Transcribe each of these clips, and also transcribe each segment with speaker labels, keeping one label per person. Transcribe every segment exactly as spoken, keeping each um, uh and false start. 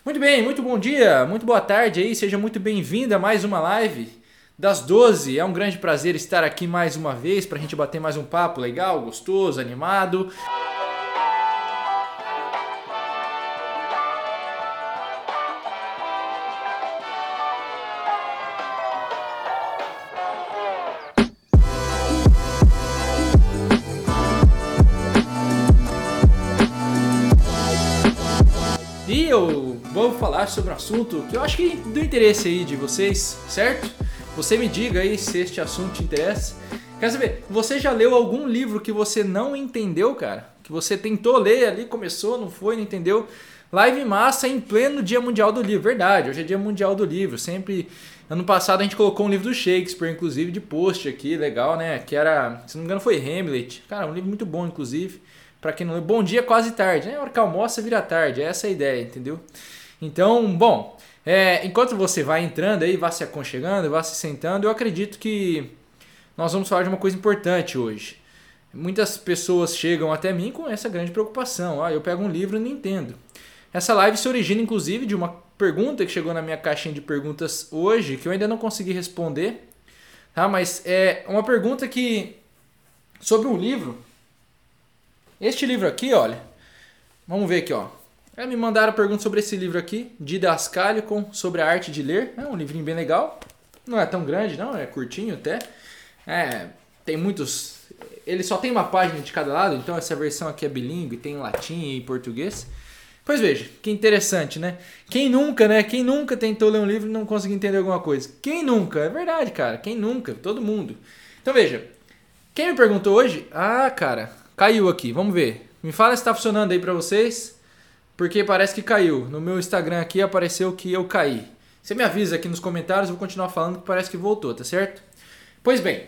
Speaker 1: Muito bem, muito bom dia, muito boa tarde aí, seja muito bem-vindo a mais uma live das doze. É um grande prazer estar aqui mais uma vez para a gente bater mais um papo legal, gostoso, animado. E eu vou falar sobre um assunto que eu acho que do interesse aí de vocês, certo? Você me diga aí se este assunto te interessa. Quer saber, você já leu algum livro que você não entendeu, cara? Que você tentou ler ali, começou, não foi, não entendeu? Live massa em pleno Dia Mundial do Livro, verdade, hoje é Dia Mundial do Livro. Sempre, ano passado a gente colocou um livro do Shakespeare, inclusive de post aqui, legal, né? Que era, se não me engano foi Hamlet. Cara, um livro muito bom, inclusive. Pra quem não leu, bom dia quase tarde, né? A hora que almoça vira tarde, essa é a ideia, entendeu? Então, bom, é, enquanto você vai entrando aí, vai se aconchegando, vai se sentando, eu acredito que nós vamos falar de uma coisa importante hoje. Muitas pessoas chegam até mim com essa grande preocupação. Ah, eu pego um livro e não entendo. Essa live se origina, inclusive, de uma pergunta que chegou na minha caixinha de perguntas hoje, que eu ainda não consegui responder, tá? Mas é uma pergunta que sobre um livro. Este livro aqui, olha, vamos ver aqui, ó. É, me mandaram pergunta sobre esse livro aqui, Didascálico sobre a arte de ler. É um livrinho bem legal. Não é tão grande, não, é curtinho até. É, tem muitos. Ele só tem uma página de cada lado, então essa versão aqui é bilíngue, tem em latim e português. Pois veja, que interessante, né? Quem nunca, né? Quem nunca tentou ler um livro e não conseguiu entender alguma coisa? Quem nunca? É verdade, cara. Quem nunca? Todo mundo. Então veja, quem me perguntou hoje? Ah, cara, caiu aqui. Vamos ver. Me fala se está funcionando aí para vocês. Porque parece que caiu. No meu Instagram aqui apareceu que eu caí. Você me avisa aqui nos comentários, eu vou continuar falando que parece que voltou, tá certo? Pois bem,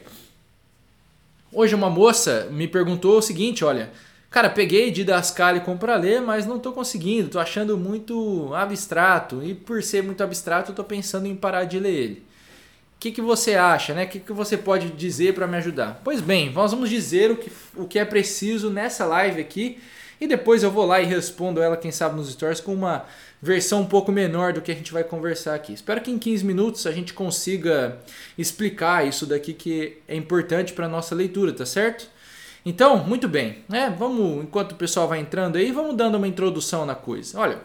Speaker 1: hoje uma moça me perguntou o seguinte, olha, cara, peguei Didascálico para ler, mas não estou conseguindo, estou achando muito abstrato, e por ser muito abstrato eu estou pensando em parar de ler ele. O que, que você acha, né? O que, que você pode dizer para me ajudar? Pois bem, nós vamos dizer o que, o que é preciso nessa live aqui, e depois eu vou lá e respondo ela, quem sabe, nos stories com uma versão um pouco menor do que a gente vai conversar aqui. Espero que em quinze minutos a gente consiga explicar isso daqui que é importante para a nossa leitura, tá certo? Então, muito bem, né? Vamos, enquanto o pessoal vai entrando aí, vamos dando uma introdução na coisa. Olha,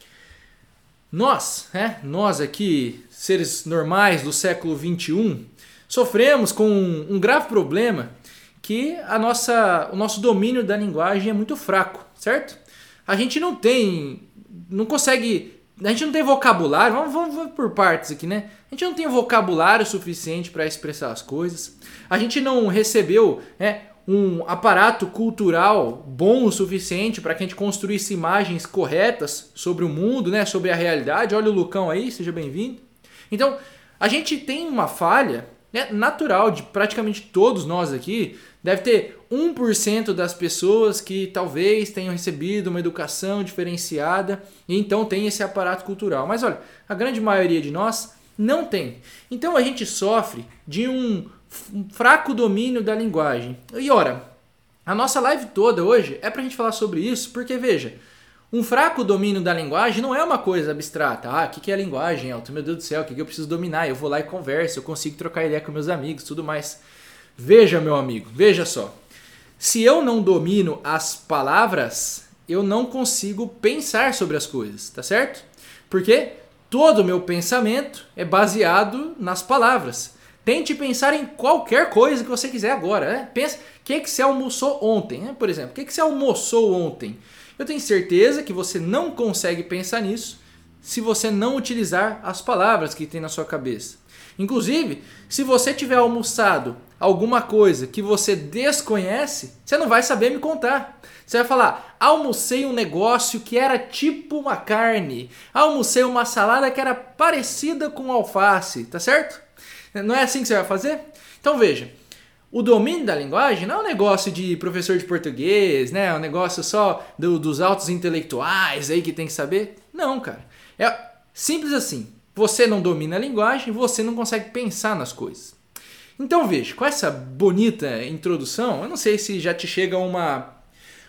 Speaker 1: nós, né? Nós aqui, seres normais do século vinte e um, sofremos com um grave problema que a nossa, o nosso domínio da linguagem é muito fraco, certo? A gente não tem, não consegue, a gente não tem vocabulário, vamos, vamos, vamos por partes aqui, né? A gente não tem vocabulário suficiente para expressar as coisas, a gente não recebeu, né, um aparato cultural bom o suficiente para que a gente construísse imagens corretas sobre o mundo, né, sobre a realidade. Olha o Lucão aí, seja bem-vindo. Então, a gente tem uma falha, né, natural de praticamente todos nós aqui. Deve ter um por cento das pessoas que talvez tenham recebido uma educação diferenciada e então tem esse aparato cultural. Mas olha, a grande maioria de nós não tem. Então a gente sofre de um fraco domínio da linguagem. E ora, a nossa live toda hoje é pra gente falar sobre isso, porque veja, um fraco domínio da linguagem não é uma coisa abstrata. Ah, o que é a linguagem, Elton? Meu Deus do céu, o que eu preciso dominar? Eu vou lá e converso, eu consigo trocar ideia com meus amigos, tudo mais. Veja, meu amigo, veja só. Se eu não domino as palavras, eu não consigo pensar sobre as coisas, tá certo? Porque todo o meu pensamento é baseado nas palavras. Tente pensar em qualquer coisa que você quiser agora, né? Pensa, o que, que você almoçou ontem, né? Por exemplo, o que, que você almoçou ontem? Eu tenho certeza que você não consegue pensar nisso se você não utilizar as palavras que tem na sua cabeça. Inclusive, se você tiver almoçado alguma coisa que você desconhece, você não vai saber me contar. Você vai falar, almocei um negócio que era tipo uma carne, almocei uma salada que era parecida com alface, tá certo? Não é assim que você vai fazer? Então veja, o domínio da linguagem não é um negócio de professor de português, né? É um negócio só do, dos altos intelectuais aí que tem que saber. Não, cara. É simples assim. Você não domina a linguagem, você não consegue pensar nas coisas. Então veja, com essa bonita introdução, eu não sei se já te chega uma,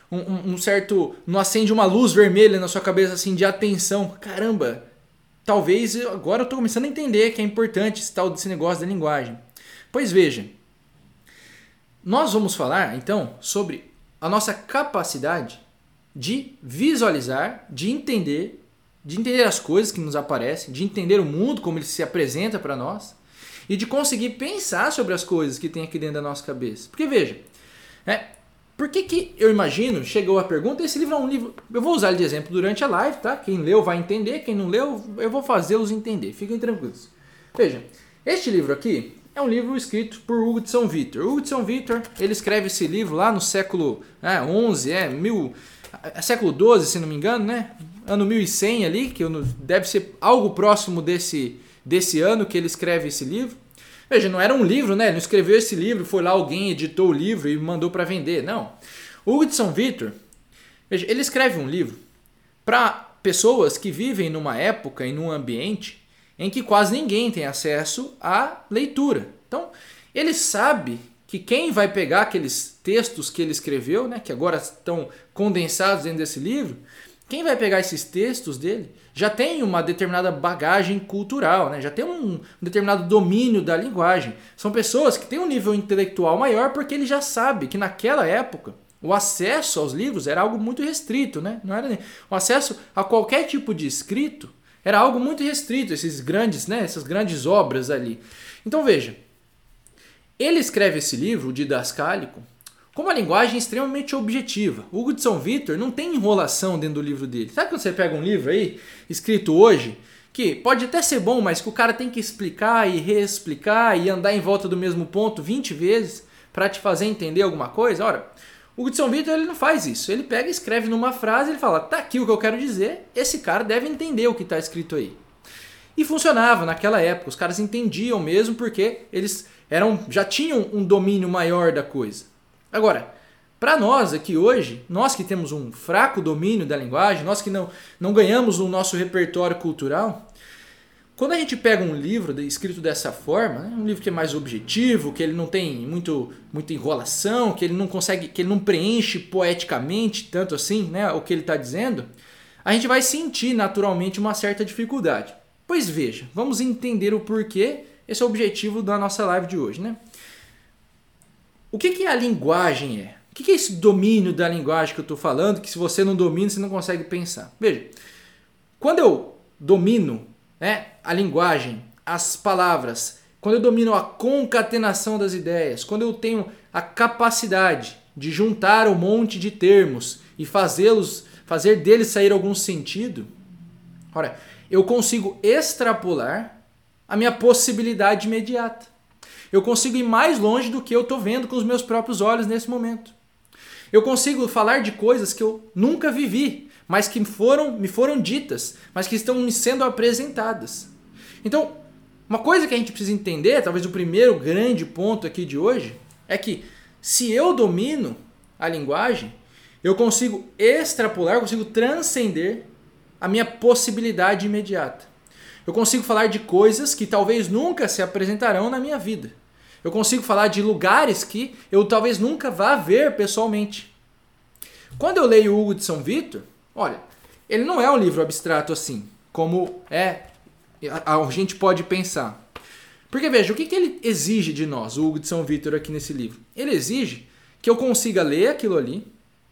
Speaker 1: um, um, um certo... Não acende uma luz vermelha na sua cabeça assim de atenção. Caramba, talvez eu, agora eu estou começando a entender que é importante esse tal desse negócio da linguagem. Pois veja, nós vamos falar então sobre a nossa capacidade de visualizar, de entender, de entender as coisas que nos aparecem, de entender o mundo como ele se apresenta para nós e de conseguir pensar sobre as coisas que tem aqui dentro da nossa cabeça. Porque veja, é, por que que eu imagino, chegou a pergunta, esse livro é um livro, eu vou usar ele de exemplo durante a live, tá? Quem leu vai entender, quem não leu, eu vou fazê-los entender, fiquem tranquilos. Veja, este livro aqui é um livro escrito por Hugo de São Vítor. Hugo de São Vítor, ele escreve esse livro lá no século é, onze, é, mil, é, século doze, se não me engano, né? Ano mil e cem ali, que deve ser algo próximo desse, desse ano que ele escreve esse livro. Veja, não era um livro, né? Ele não escreveu esse livro, foi lá alguém editou o livro e mandou para vender, não. Hugo de São Vítor, veja, ele escreve um livro para pessoas que vivem numa época e num ambiente em que quase ninguém tem acesso à leitura. Então, ele sabe que quem vai pegar aqueles textos que ele escreveu, né, que agora estão condensados dentro desse livro, quem vai pegar esses textos dele já tem uma determinada bagagem cultural, né, já tem um, um determinado domínio da linguagem. São pessoas que têm um nível intelectual maior porque ele já sabe que naquela época o acesso aos livros era algo muito restrito, né? Não era nem... O acesso a qualquer tipo de escrito era algo muito restrito, esses grandes, né, essas grandes obras ali. Então veja, ele escreve esse livro, o Didascálico, com uma linguagem extremamente objetiva. O Hugo de São Vítor não tem enrolação dentro do livro dele. Sabe quando você pega um livro aí, escrito hoje, que pode até ser bom, mas que o cara tem que explicar e reexplicar e andar em volta do mesmo ponto vinte vezes para te fazer entender alguma coisa? Ora, o Hugo de São Vítor ele não faz isso. Ele pega e escreve numa frase, ele fala, tá aqui o que eu quero dizer, esse cara deve entender o que está escrito aí. E funcionava naquela época, os caras entendiam mesmo porque eles eram, já tinham um domínio maior da coisa. Agora, para nós aqui hoje, nós que temos um fraco domínio da linguagem, nós que não, não ganhamos no nosso repertório cultural, quando a gente pega um livro escrito dessa forma, né, um livro que é mais objetivo, que ele não tem muito, muita enrolação, que ele não consegue, que ele não preenche poeticamente tanto assim, né, o que ele está dizendo, a gente vai sentir naturalmente uma certa dificuldade. Pois veja, vamos entender o porquê. Esse é o objetivo da nossa live de hoje, né? O que, que a linguagem é? O que, que é esse domínio da linguagem que eu estou falando, que se você não domina, você não consegue pensar? Veja, quando eu domino, né, a linguagem, as palavras, quando eu domino a concatenação das ideias, quando eu tenho a capacidade de juntar um monte de termos e fazê-los, fazer deles sair algum sentido, ora, eu consigo extrapolar a minha possibilidade imediata. Eu consigo ir mais longe do que eu estou vendo com os meus próprios olhos nesse momento. Eu consigo falar de coisas que eu nunca vivi, mas que foram, me foram ditas, mas que estão me sendo apresentadas. Então, uma coisa que a gente precisa entender, talvez o primeiro grande ponto aqui de hoje, é que se eu domino a linguagem, eu consigo extrapolar, eu consigo transcender a minha possibilidade imediata. Eu consigo falar de coisas que talvez nunca se apresentarão na minha vida. Eu consigo falar de lugares que eu talvez nunca vá ver pessoalmente. Quando eu leio Hugo de São Vítor, olha, ele não é um livro abstrato assim, como é a gente pode pensar. Porque veja, o que ele exige de nós, o Hugo de São Vítor aqui nesse livro? Ele exige que eu consiga ler aquilo ali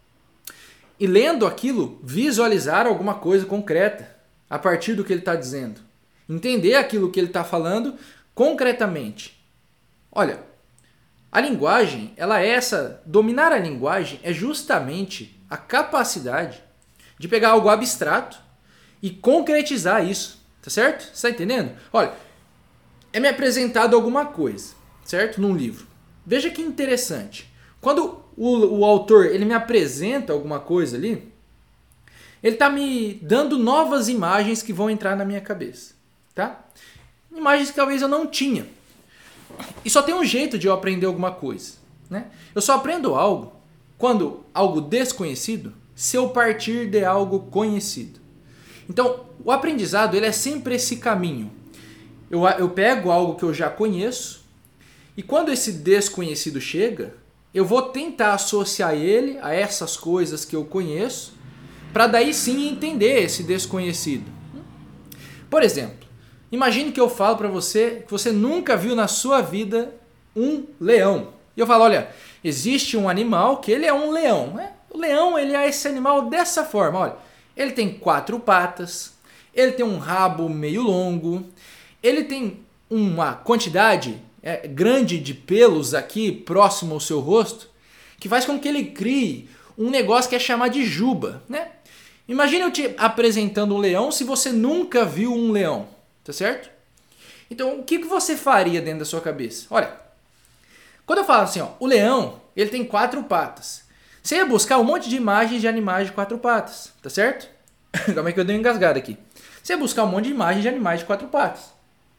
Speaker 1: e, lendo aquilo, visualizar alguma coisa concreta a partir do que ele está dizendo. Entender aquilo que ele está falando concretamente. Olha, a linguagem, ela é essa, dominar a linguagem é justamente a capacidade de pegar algo abstrato e concretizar isso, tá certo? Você está entendendo? Olha, é me apresentado alguma coisa, certo? Num livro. Veja que interessante. Quando o, o autor ele me apresenta alguma coisa ali, ele está me dando novas imagens que vão entrar na minha cabeça. Tá? Imagens que talvez eu não tinha. E só tem um jeito de eu aprender alguma coisa. Né? Eu só aprendo algo quando algo desconhecido, se eu partir de algo conhecido. Então, o aprendizado ele é sempre esse caminho. Eu, eu pego algo que eu já conheço e quando esse desconhecido chega, eu vou tentar associar ele a essas coisas que eu conheço, para daí sim entender esse desconhecido. Por exemplo, imagine que eu falo para você que você nunca viu na sua vida um leão. E eu falo, olha, existe um animal que ele é um leão. Né? O leão ele é esse animal dessa forma. Olha, ele tem quatro patas, ele tem um rabo meio longo, ele tem uma quantidade é, grande de pelos aqui próximo ao seu rosto, que faz com que ele crie um negócio que é chamado de juba. Né? Imagine eu te apresentando um leão se você nunca viu um leão. Tá certo? Então, o que você faria dentro da sua cabeça? Olha, quando eu falo assim, ó, o leão, ele tem quatro patas. Você ia buscar um monte de imagens de animais de quatro patas, tá certo? Calma aí que eu dei uma engasgada aqui. Você ia buscar um monte de imagens de animais de quatro patas.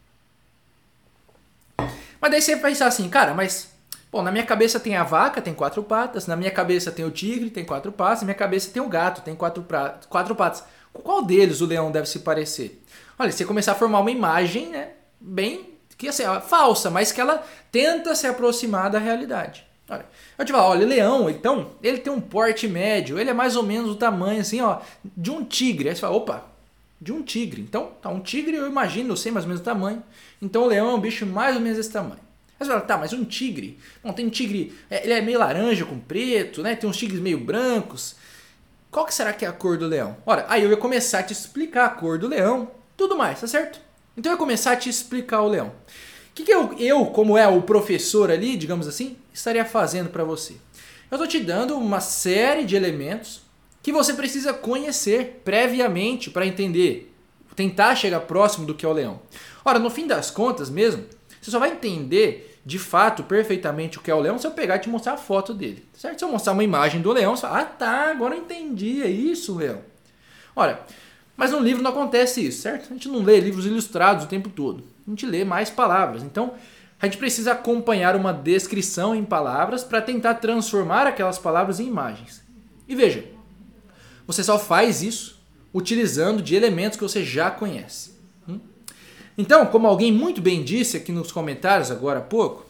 Speaker 1: Mas daí você ia pensar assim, cara, mas, bom, na minha cabeça tem a vaca, tem quatro patas, na minha cabeça tem o tigre, tem quatro patas, na minha cabeça tem o gato, tem quatro, pra... quatro patas. Com qual deles o leão deve se parecer? Olha, você começar a formar uma imagem, né, bem que assim, falsa, mas que ela tenta se aproximar da realidade. Olha, eu te falo, olha, o leão, então, ele tem um porte médio, ele é mais ou menos o tamanho, assim, ó, de um tigre. Aí você fala, opa, de um tigre. Então, tá, um tigre eu imagino, eu sei mais ou menos o tamanho. Então o leão é um bicho mais ou menos desse tamanho. Aí você fala, tá, mas um tigre, bom, tem um tigre, é, ele é meio laranja com preto, né, tem uns tigres meio brancos. Qual que será que é a cor do leão? Olha, aí eu ia começar a te explicar a cor do leão, tudo mais, tá certo? Então eu ia começar a te explicar o leão. O que, que eu, eu, como é o professor ali, digamos assim, estaria fazendo para você? Eu estou te dando uma série de elementos que você precisa conhecer previamente para entender, tentar chegar próximo do que é o leão. Ora, no fim das contas mesmo, você só vai entender de fato perfeitamente o que é o leão se eu pegar e te mostrar a foto dele, certo? Se eu mostrar uma imagem do leão, você fala, ah tá, agora eu entendi, é isso, leão. Olha, mas no livro não acontece isso, certo? A gente não lê livros ilustrados o tempo todo. A gente lê mais palavras. Então, a gente precisa acompanhar uma descrição em palavras para tentar transformar aquelas palavras em imagens. E veja, você só faz isso utilizando de elementos que você já conhece. Então, como alguém muito bem disse aqui nos comentários agora há pouco,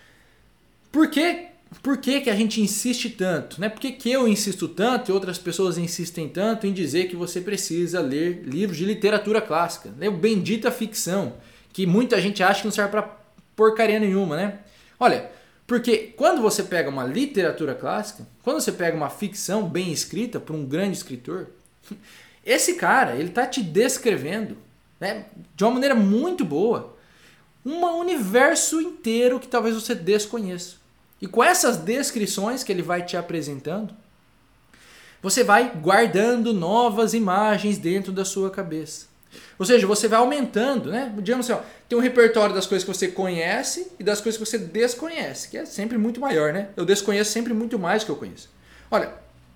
Speaker 1: por que Por que, que a gente insiste tanto? Né? Por que, que eu insisto tanto e outras pessoas insistem tanto em dizer que você precisa ler livros de literatura clássica? Né? O bendita ficção, que muita gente acha que não serve para porcaria nenhuma. Né? Olha, porque quando você pega uma literatura clássica, quando você pega uma ficção bem escrita por um grande escritor, esse cara ele está te descrevendo, né, de uma maneira muito boa um universo inteiro que talvez você desconheça. E com essas descrições que ele vai te apresentando, você vai guardando novas imagens dentro da sua cabeça. Ou seja, você vai aumentando, né? Digamos assim, ó, tem um repertório das coisas que você conhece e das coisas que você desconhece, que é sempre muito maior, né? Eu desconheço sempre muito mais do que eu conheço. Olha,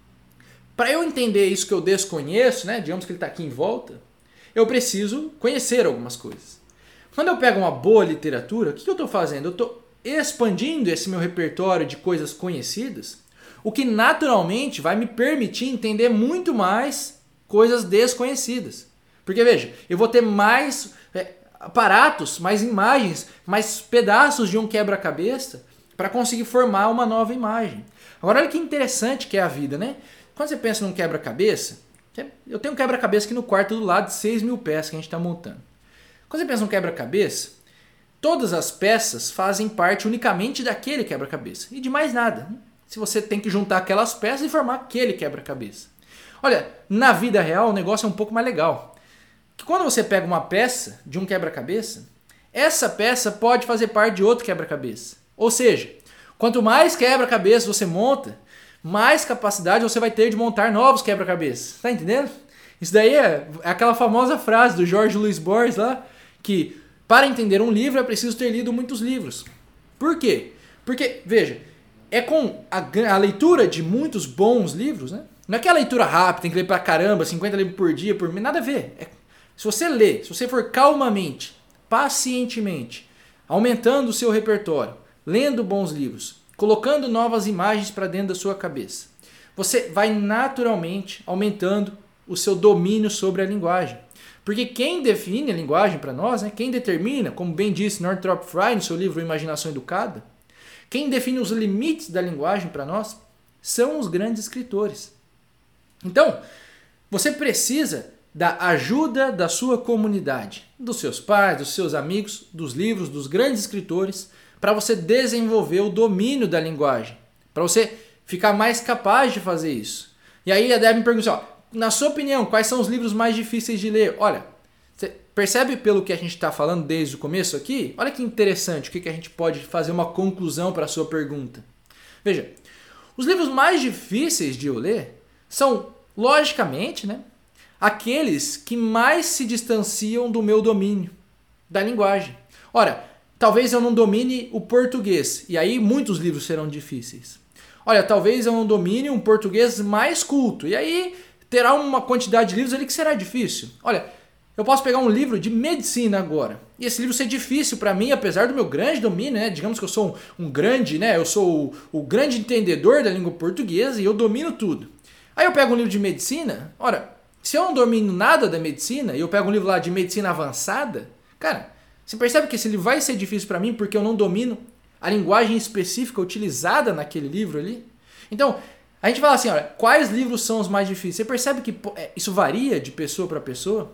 Speaker 1: para eu entender isso que eu desconheço, né? Digamos que ele está aqui em volta, eu preciso conhecer algumas coisas. Quando eu pego uma boa literatura, o que eu estou fazendo? Eu estou expandindo esse meu repertório de coisas conhecidas, o que naturalmente vai me permitir entender muito mais coisas desconhecidas. Porque veja, eu vou ter mais é, aparatos, mais imagens, mais pedaços de um quebra-cabeça para conseguir formar uma nova imagem. Agora olha que interessante que é a vida, né? Quando você pensa num quebra-cabeça, eu tenho um quebra-cabeça aqui no quarto do lado de seis mil peças que a gente está montando. Quando você pensa num quebra-cabeça, todas as peças fazem parte unicamente daquele quebra-cabeça e de mais nada. Se você tem que juntar aquelas peças e formar aquele quebra-cabeça. Olha, na vida real o negócio é um pouco mais legal. Que quando você pega uma peça de um quebra-cabeça, essa peça pode fazer parte de outro quebra-cabeça. Ou seja, quanto mais quebra-cabeça você monta, mais capacidade você vai ter de montar novos quebra-cabeças. Tá entendendo? Isso daí é aquela famosa frase do Jorge Luiz Borges lá, que para entender um livro é preciso ter lido muitos livros. Por quê? Porque, veja, é com a, a leitura de muitos bons livros, né? Não é que a leitura rápida, tem que ler pra caramba, cinquenta livros por dia, por mês, nada a ver. É, se você ler, se você for calmamente, pacientemente, aumentando o seu repertório, lendo bons livros, colocando novas imagens para dentro da sua cabeça, você vai naturalmente aumentando o seu domínio sobre a linguagem. Porque quem define a linguagem para nós, né, quem determina, como bem disse Northrop Frye no seu livro Imaginação Educada, Quem define os limites da linguagem para nós são os grandes escritores. Então, você precisa da ajuda da sua comunidade, dos seus pais, dos seus amigos, dos livros, dos grandes escritores, para você desenvolver o domínio da linguagem, para você ficar mais capaz de fazer isso. E aí a Deb me pergunta, ó, na sua opinião, quais são os livros mais difíceis de ler? Olha, você percebe pelo que a gente está falando desde o começo aqui? Olha que interessante, o que, que a gente pode fazer uma conclusão para a sua pergunta. Veja, os livros mais difíceis de eu ler são, logicamente, né, aqueles que mais se distanciam do meu domínio, da linguagem. Ora, talvez eu não domine o português, e aí muitos livros serão difíceis. Olha, talvez eu não domine um português mais culto, e aí terá uma quantidade de livros ali que será difícil. Olha, eu posso pegar um livro de medicina agora, e esse livro ser difícil para mim, apesar do meu grande domínio, né? Digamos que eu sou um, um grande, né? Eu sou o, o grande entendedor da língua portuguesa e eu domino tudo. Aí eu pego um livro de medicina, ora, se eu não domino nada da medicina, e eu pego um livro lá de medicina avançada, cara, você percebe que esse livro vai ser difícil para mim porque eu não domino a linguagem específica utilizada naquele livro ali? Então, a gente fala assim, olha, quais livros são os mais difíceis? Você percebe que isso varia de pessoa para pessoa?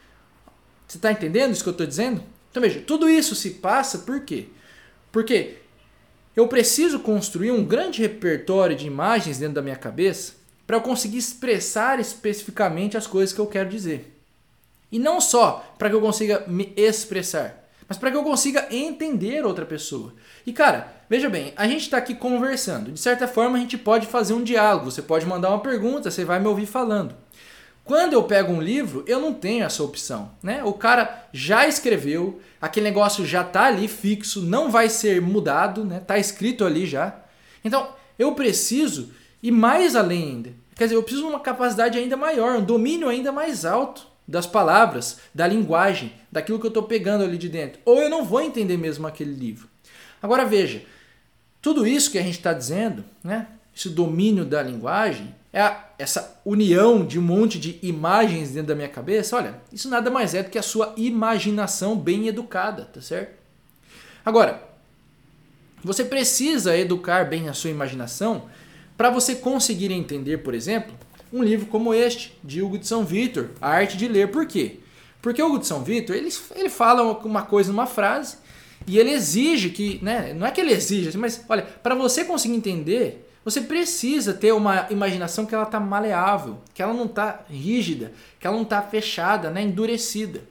Speaker 1: Você está entendendo isso que eu estou dizendo? Então veja, tudo isso se passa por quê? Porque eu preciso construir um grande repertório de imagens dentro da minha cabeça para eu conseguir expressar especificamente as coisas que eu quero dizer. E não só para que eu consiga me expressar, mas para que eu consiga entender outra pessoa. E cara, veja bem, a gente está aqui conversando. De certa forma a gente pode fazer um diálogo. Você pode mandar uma pergunta, você vai me ouvir falando. Quando eu pego um livro, eu não tenho essa opção, né? O cara já escreveu, aquele negócio já está ali fixo, não vai ser mudado, né? Tá escrito ali já. Então, eu preciso ir mais além ainda. Quer dizer, eu preciso de uma capacidade ainda maior, um domínio ainda mais alto das palavras, da linguagem, daquilo que eu estou pegando ali de dentro. Ou eu não vou entender mesmo aquele livro. Agora veja, tudo isso que a gente está dizendo, né? Esse domínio da linguagem, é a, essa união de um monte de imagens dentro da minha cabeça, olha, isso nada mais é do que a sua imaginação bem educada, tá certo? Agora, você precisa educar bem a sua imaginação para você conseguir entender, por exemplo, um livro como este, de Hugo de São Vítor, A Arte de Ler. Por quê? Porque Hugo de São Vítor, ele, ele fala uma coisa numa frase e ele exige que, né, não é que ele exige, mas olha, para você conseguir entender, você precisa ter uma imaginação que ela está maleável, que ela não está rígida, que ela não está fechada, né, endurecida.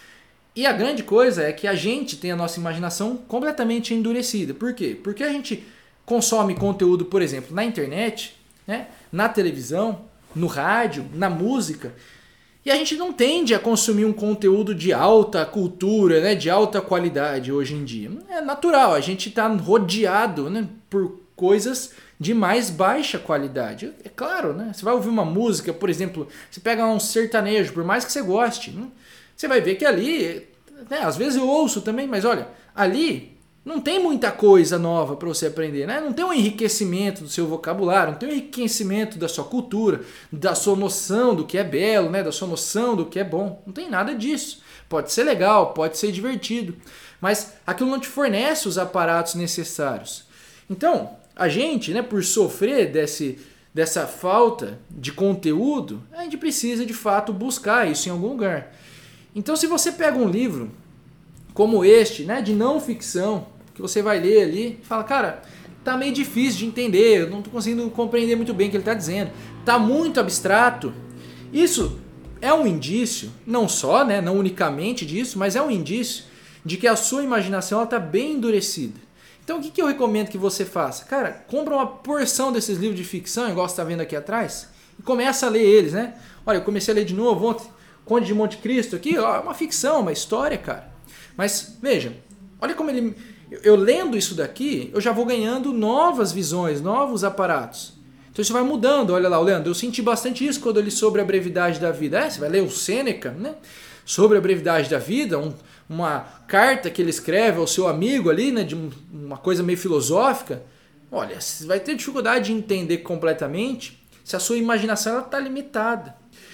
Speaker 1: E a grande coisa é que a gente tem a nossa imaginação completamente endurecida. Por quê? Porque a gente consome conteúdo, por exemplo, na internet, né, na televisão, no rádio, na música, e a gente não tende a consumir um conteúdo de alta cultura, né, de alta qualidade hoje em dia. É natural, a gente está rodeado, né, por coisas de mais baixa qualidade. É claro, né? Você vai ouvir uma música, por exemplo, você pega um sertanejo, por mais que você goste, né? Você vai ver que ali, né? Às vezes eu ouço também, mas olha, ali não tem muita coisa nova para você aprender, né? Não tem um enriquecimento do seu vocabulário, não tem um enriquecimento da sua cultura, da sua noção do que é belo, né? Da sua noção do que é bom. Não tem nada disso. Pode ser legal, pode ser divertido, mas aquilo não te fornece os aparatos necessários. Então, a gente, né, por sofrer desse, dessa falta de conteúdo, a gente precisa de fato buscar isso em algum lugar. Então, se você pega um livro como este, né, de não ficção, que você vai ler ali e fala, cara, tá meio difícil de entender, eu não tô conseguindo compreender muito bem o que ele está dizendo, tá muito abstrato. Isso é um indício, não só, né, não unicamente disso, mas é um indício de que a sua imaginação está bem endurecida. Então o que, que eu recomendo que você faça? Cara, compra uma porção desses livros de ficção, igual você está vendo aqui atrás, e começa a ler eles, né? Olha, eu comecei a ler de novo ontem, Conde de Monte Cristo aqui, ó, é uma ficção, uma história, cara. Mas, veja, olha como ele... Eu, eu lendo isso daqui, eu já vou ganhando novas visões, novos aparatos. Então isso vai mudando, olha lá, Leandro, eu senti bastante isso quando eu li sobre a brevidade da vida. É, você vai ler o Sêneca, né? Sobre a brevidade da vida, um... uma carta que ele escreve ao seu amigo ali, né, de uma coisa meio filosófica, olha, você vai ter dificuldade de entender completamente se a sua imaginação está limitada.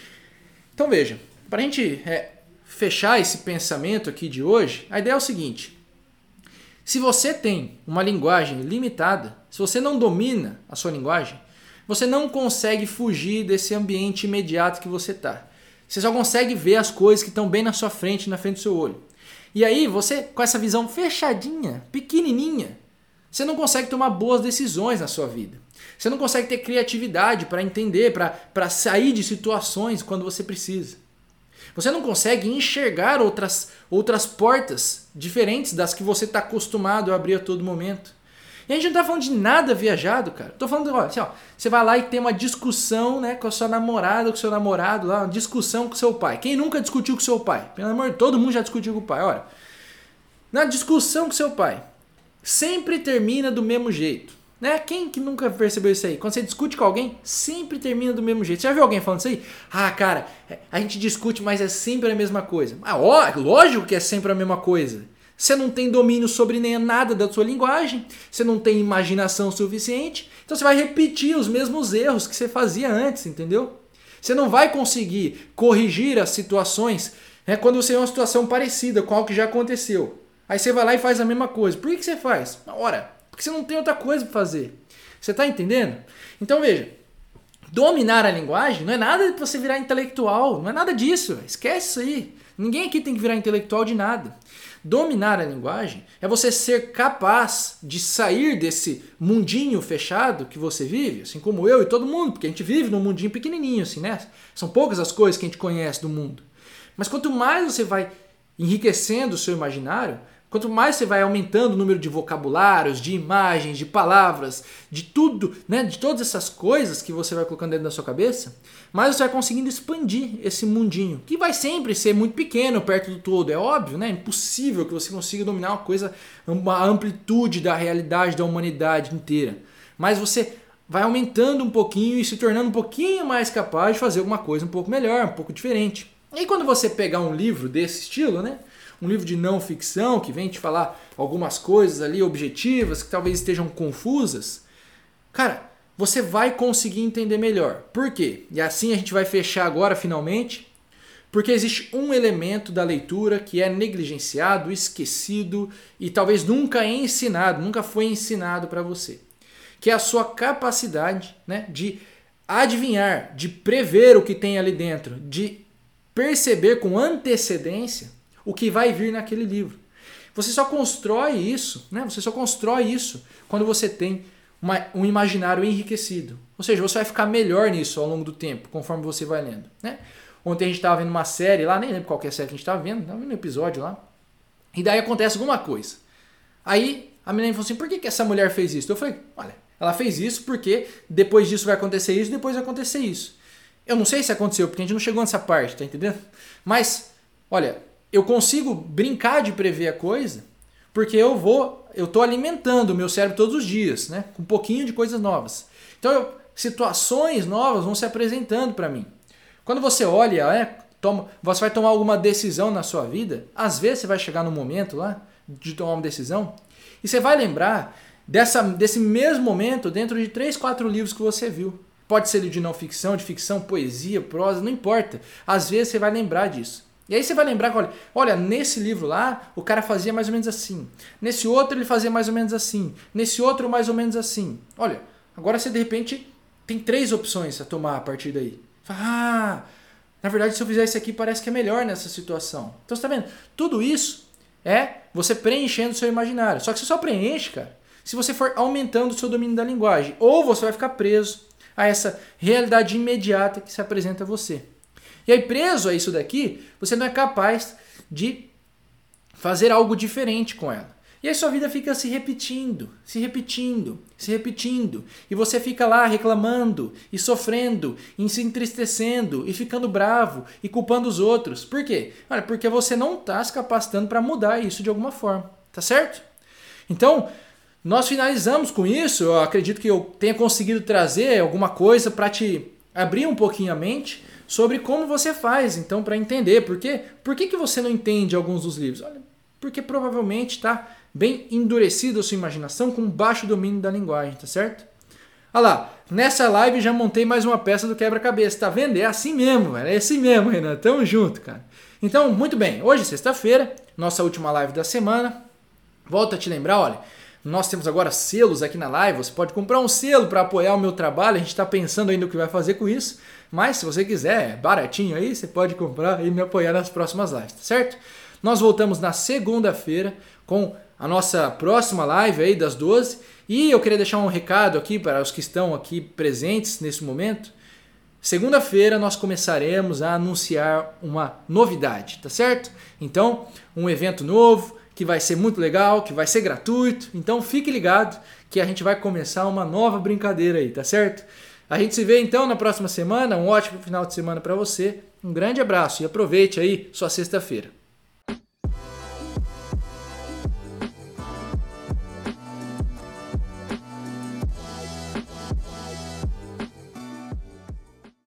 Speaker 1: Então veja, para a gente é, fechar esse pensamento aqui de hoje, a ideia é o seguinte, Se você tem uma linguagem limitada, se você não domina a sua linguagem, você não consegue fugir desse ambiente imediato que você está. Você só consegue ver as coisas que estão bem na sua frente, na frente do seu olho. E aí você, com essa visão fechadinha, pequenininha, você não consegue tomar boas decisões na sua vida. Você não consegue ter criatividade para entender, para sair de situações quando você precisa. Você não consegue enxergar outras, outras portas diferentes das que você está acostumado a abrir a todo momento. E a gente não está falando de nada viajado, cara. Estou falando, ó, assim, ó, você vai lá e tem uma discussão, né, com a sua namorada, com o seu namorado, lá, uma discussão com o seu pai. Quem nunca discutiu com o seu pai? Pelo amor de Deus, todo mundo já discutiu com o pai. Olha, na discussão com o seu pai, sempre termina do mesmo jeito. Né? Quem que nunca percebeu isso aí? Quando você discute com alguém, sempre termina do mesmo jeito. Você já viu alguém falando isso aí? Ah, cara, a gente discute, mas é sempre a mesma coisa. Ah, ó, lógico que é sempre a mesma coisa. Você não tem domínio sobre nem nada da sua linguagem, você não tem imaginação suficiente, então você vai repetir os mesmos erros que você fazia antes, entendeu? Você não vai conseguir corrigir as situações, né, quando você vê uma situação parecida com algo que já aconteceu. Aí você vai lá e faz a mesma coisa. Por que que você faz? Ora, porque você não tem outra coisa para fazer. Você está entendendo? Então veja, dominar a linguagem não é nada de você virar intelectual, não é nada disso, esquece isso aí. Ninguém aqui tem que virar intelectual de nada. Dominar a linguagem é você ser capaz de sair desse mundinho fechado que você vive, assim como eu e todo mundo, porque a gente vive num mundinho pequenininho, assim, né? São poucas as coisas que a gente conhece do mundo. Mas quanto mais você vai enriquecendo o seu imaginário, quanto mais você vai aumentando o número de vocabulários, de imagens, de palavras, de tudo, né, de todas essas coisas que você vai colocando dentro da sua cabeça, mais você vai conseguindo expandir esse mundinho, que vai sempre ser muito pequeno perto do todo, é óbvio, né? É impossível que você consiga dominar uma coisa, uma amplitude da realidade da humanidade inteira. Mas você vai aumentando um pouquinho e se tornando um pouquinho mais capaz de fazer alguma coisa um pouco melhor, um pouco diferente. E aí, quando você pegar um livro desse estilo, né? Um livro de não ficção que vem te falar algumas coisas ali objetivas que talvez estejam confusas, cara, você vai conseguir entender melhor. Por quê? E assim a gente vai fechar agora finalmente, porque existe um elemento da leitura que é negligenciado, esquecido e talvez nunca é ensinado, nunca foi ensinado para você, que é a sua capacidade, né, de adivinhar, de prever o que tem ali dentro, de perceber com antecedência o que vai vir naquele livro. Você só constrói isso, né? Você só constrói isso quando você tem uma, um imaginário enriquecido. Ou seja, você vai ficar melhor nisso ao longo do tempo, conforme você vai lendo, né? Ontem a gente estava vendo uma série lá, nem lembro qual que é a série que a gente estava vendo, estava vendo um episódio lá. E daí acontece alguma coisa. Aí a menina falou assim, por que, que essa mulher fez isso? Eu falei, olha, ela fez isso porque depois disso vai acontecer isso, depois vai acontecer isso. Eu não sei se aconteceu, porque a gente não chegou nessa parte, tá entendendo? Mas, olha, eu consigo brincar de prever a coisa porque eu vou, eu estou alimentando o meu cérebro todos os dias, né? Com um pouquinho de coisas novas. Então, eu, situações novas vão se apresentando para mim. Quando você olha, é, toma, você vai tomar alguma decisão na sua vida, às vezes você vai chegar no momento lá de tomar uma decisão e você vai lembrar dessa, desse mesmo momento dentro de três, quatro livros que você viu. Pode ser de não ficção, de ficção, poesia, prosa, não importa. Às vezes você vai lembrar disso. E aí você vai lembrar que, olha, olha, nesse livro lá, o cara fazia mais ou menos assim. Nesse outro ele fazia mais ou menos assim. Nesse outro mais ou menos assim. Olha, agora você de repente tem três opções a tomar a partir daí. Ah, na verdade se eu fizer isso aqui parece que é melhor nessa situação. Então você está vendo? Tudo isso é você preenchendo o seu imaginário. Só que você só preenche, cara, se você for aumentando o seu domínio da linguagem. Ou você vai ficar preso a essa realidade imediata que se apresenta a você. E aí, preso a isso daqui, você não é capaz de fazer algo diferente com ela. E aí sua vida fica se repetindo, se repetindo, se repetindo. E você fica lá reclamando e sofrendo, e se entristecendo e ficando bravo e culpando os outros. Por quê? Olha, porque você não está se capacitando para mudar isso de alguma forma. Tá certo? Então, nós finalizamos com isso. Eu acredito que eu tenha conseguido trazer alguma coisa para te abrir um pouquinho a mente sobre como você faz, então, para entender. Por quê? Por que, que você não entende alguns dos livros? Olha, porque provavelmente está bem endurecido a sua imaginação com baixo domínio da linguagem, tá certo? Olha lá, nessa live já montei mais uma peça do quebra-cabeça, tá vendo? É assim mesmo, velho. É assim mesmo, Renan. Tamo junto, cara. Então, muito bem. Hoje, sexta-feira, nossa última live da semana. Volto a te lembrar, olha, nós temos agora selos aqui na live, você pode comprar um selo para apoiar o meu trabalho, a gente está pensando ainda o que vai fazer com isso, mas se você quiser, baratinho aí, você pode comprar e me apoiar nas próximas lives, tá certo? Nós voltamos na segunda-feira com a nossa próxima live aí das doze, e eu queria deixar um recado aqui para os que estão aqui presentes nesse momento. Segunda-feira nós começaremos a anunciar uma novidade, tá certo? Então, um evento novo, que vai ser muito legal, que vai ser gratuito. Então fique ligado que a gente vai começar uma nova brincadeira aí, tá certo? A gente se vê então na próxima semana. Um ótimo final de semana para você. Um grande abraço e aproveite aí sua sexta-feira.